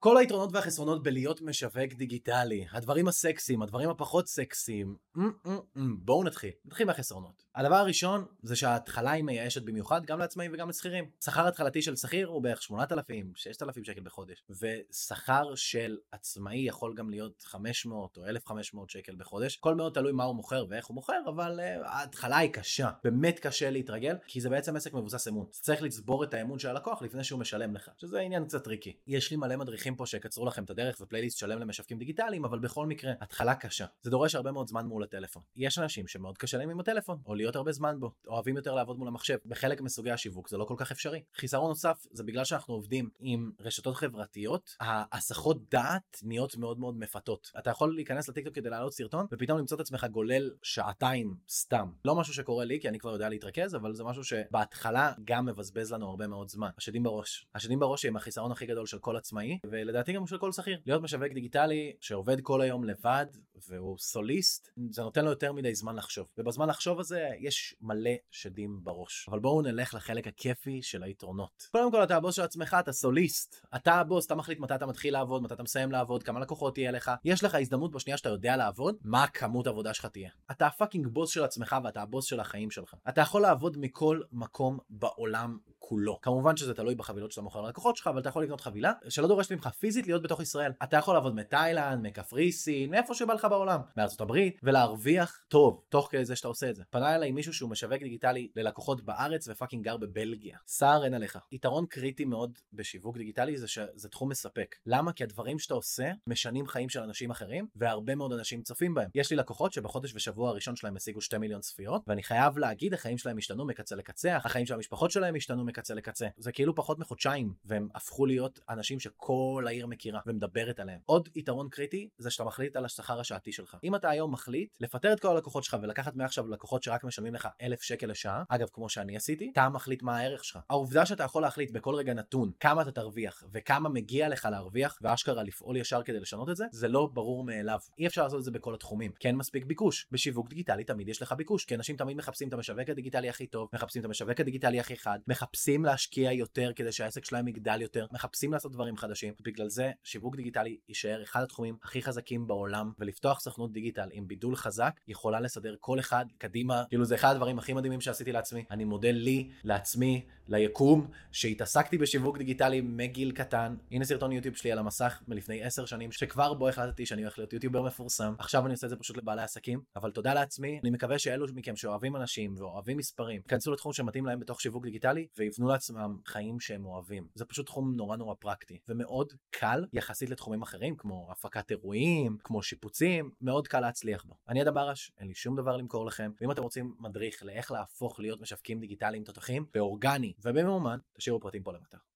כל היתרונות והחסרונות בלהיות משווק דיגיטלי, הדברים הסקסיים, הדברים הפחות סקסיים. בואו נתחיל מהחסרונות. הדבר הראשון זה שההתחלה היא מייאשת במיוחד גם לעצמאים וגם לשכירים. שכר התחלתי של שכיר הוא בערך 8,000, 6,000 שקל בחודש, ושכר של עצמאי יכול גם להיות 500 או 1,500 שקל בחודש. כל מאוד תלוי מה הוא מוכר ואיך הוא מוכר, אבל ההתחלה היא קשה, באמת קשה להתרגל, כי זה בעצם עסק מבוסס אמון. צריך לצבור את האמון של הלקוח לפני שהוא משלם לך, שזה עניין קצת טריקי. יש לי מלא מדריכים פה שקצרו לכם את הדרך ופלייליסט שלם למשווקים דיגיטליים, אבל בכל מקרה, התחלה קשה. זה דורש הרבה מאוד זמן מול הטלפון. יש אנשים שמאוד קשה להם עם הטלפון, או להיות הרבה זמן בו, אוהבים יותר לעבוד מול המחשב. בחלק מסוגי השיווק זה לא כל כך אפשרי. חיסרון נוסף זה בגלל שאנחנו עובדים עם רשתות חברתיות, ההסחות דעת נהיות מאוד מאוד מפתות. אתה יכול להיכנס לטיקטוק כדי להעלות סרטון, ופתאום למצוא את עצמך גולל שעתיים סתם. לא משהו שקורה לי, כי אני כבר יודע להתרכז, אבל זה משהו שבהתחלה גם מבזבז לנו הרבה מאוד זמן. השדים בראש הם החיסרון הכי גדול של כל עצמאי, ולדעתי גם של כל שכיר. להיות משווק דיגיטלי שעובד כל היום לבד, והוא סוליסט, זה נותן לו יותר מדי זמן לחשוב. ובזמן לחשוב הזה יש מלא שדים בראש. אבל בואו נלך לחלק הכיפי של היתרונות. קודם כל, אתה הבוס של עצמך, אתה סוליסט. אתה הבוס, אתה מחליט מתי אתה מתחיל לעבוד, מתי אתה מסיים לעבוד, כמה לקוחות תהיה לך. יש לך הזדמנות בשנייה שאתה יודע לעבוד, מה כמות העבודה שלך תהיה. אתה הפאקינג בוס של עצמך ואתה הבוס של החיים שלך. אתה יכול לעבוד מכל מקום בעולם כולו. כמובן שזה תלוי בחבילות שאתה מוכר ללקוחות שלך, אבל אתה יכול לקנות חבילה שלא דורשת ממך פיזית להיות בתוך ישראל. אתה יכול לעבוד מתאילנד, מקפריסין, מאיפה שבא לך בעולם, מארצות הברית, ולהרוויח טוב, תוך כדי זה שאתה עושה את זה. פנה אליי מישהו שהוא משווק דיגיטלי ללקוחות בארץ ופאקינג גר בבלגיה. סער אין עליך. יתרון קריטי מאוד בשיווק דיגיטלי זה שזה תחום מספק. למה? כי הדברים שאתה עושה משנים חיים של אנשים אחרים, והרבה מאוד אנשים צופים בהם. יש לי לקוחות שבחודש ושבוע הראשון שלהם השיגו 2 מיליון צפיות, ואני חייב להגיד, החיים שלהם השתנו מקצה לקצה, החיים של המשפחות שלהם השתנו מקצה לקצה. זה כאילו פחות מחודשיים, והם הפכו להיות אנשים שכל העיר מכירה ומדברת עליהם. עוד יתרון קריטי זה שאתה מחליט על השכר השעתי שלך. אם אתה היום מחליט לפטר את כל הלקוחות שלך ולקחת מעכשיו לקוחות שרק משלמים לך 1,000 שקל לשעה, אגב כמו שאני עשיתי, אתה מחליט מה הערך שלך. העובדה שאתה יכול להחליט בכל רגע נתון כמה אתה תרוויח וכמה מגיע לך להרוויח ואשכרה לפעול ישר כדי לשנות את זה, זה לא ברור מאליו. אי אפשר לעשות את זה בכל התחומים. כן מספיק ביקוש. בשיווק דיגיטלי תמיד יש לך ביקוש, כי אנשים תמיד מחפשים את המשווק הדיגיטלי הכי טוב, מחפשים את המשווק הדיגיטלי הכי חד, מחפשים להשקיע יותר כדי שהעסק שלהם יגדל יותר, מחפשים לעשות דברים חדשים. בגלל זה שיווק דיגיטלי יישאר אחד התחומים הכי חזקים בעולם, ולפתוח סוכנות דיגיטל עם בידול חזק יכולה לסדר כל אחד קדימה. כאילו זה אחד הדברים הכי מדהימים שעשיתי לעצמי. אני מודה לי, לעצמי, ליקום, שהתעסקתי בשיווק דיגיטלי מגיל קטן. הנה סרטון יוטיוב שלי על המסך מלפני 10 שנים, שכבר בו החלטתי שאני הולך להיות יוטיובר מפורסם. עכשיו אני עושה את זה פשוט לבעלי עסקים, אבל תודה לעצמי. אני מקווה שאלו מכם שאוהבים אנשים ואוהבים מספרים, כנסו לתחום שמתאים להם בתוך שיווק דיגיטלי ויבנו לעצמם חיים שהם אוהבים. זה פשוט תחום נורא נורא פרקטי ומאוד קל יחסית לתחומים אחרים כמו הפקת אירועים, כמו שיפוצים, מאוד קל להצליח בו. אני אדם ברש, אין לי שום דבר למכור לכם, ואם אתם רוצים מדריך לאיך להפוך להיות משווקים דיגיטליים תותחים באורגני ובמאומן, תשאירו פרטים פה למטה.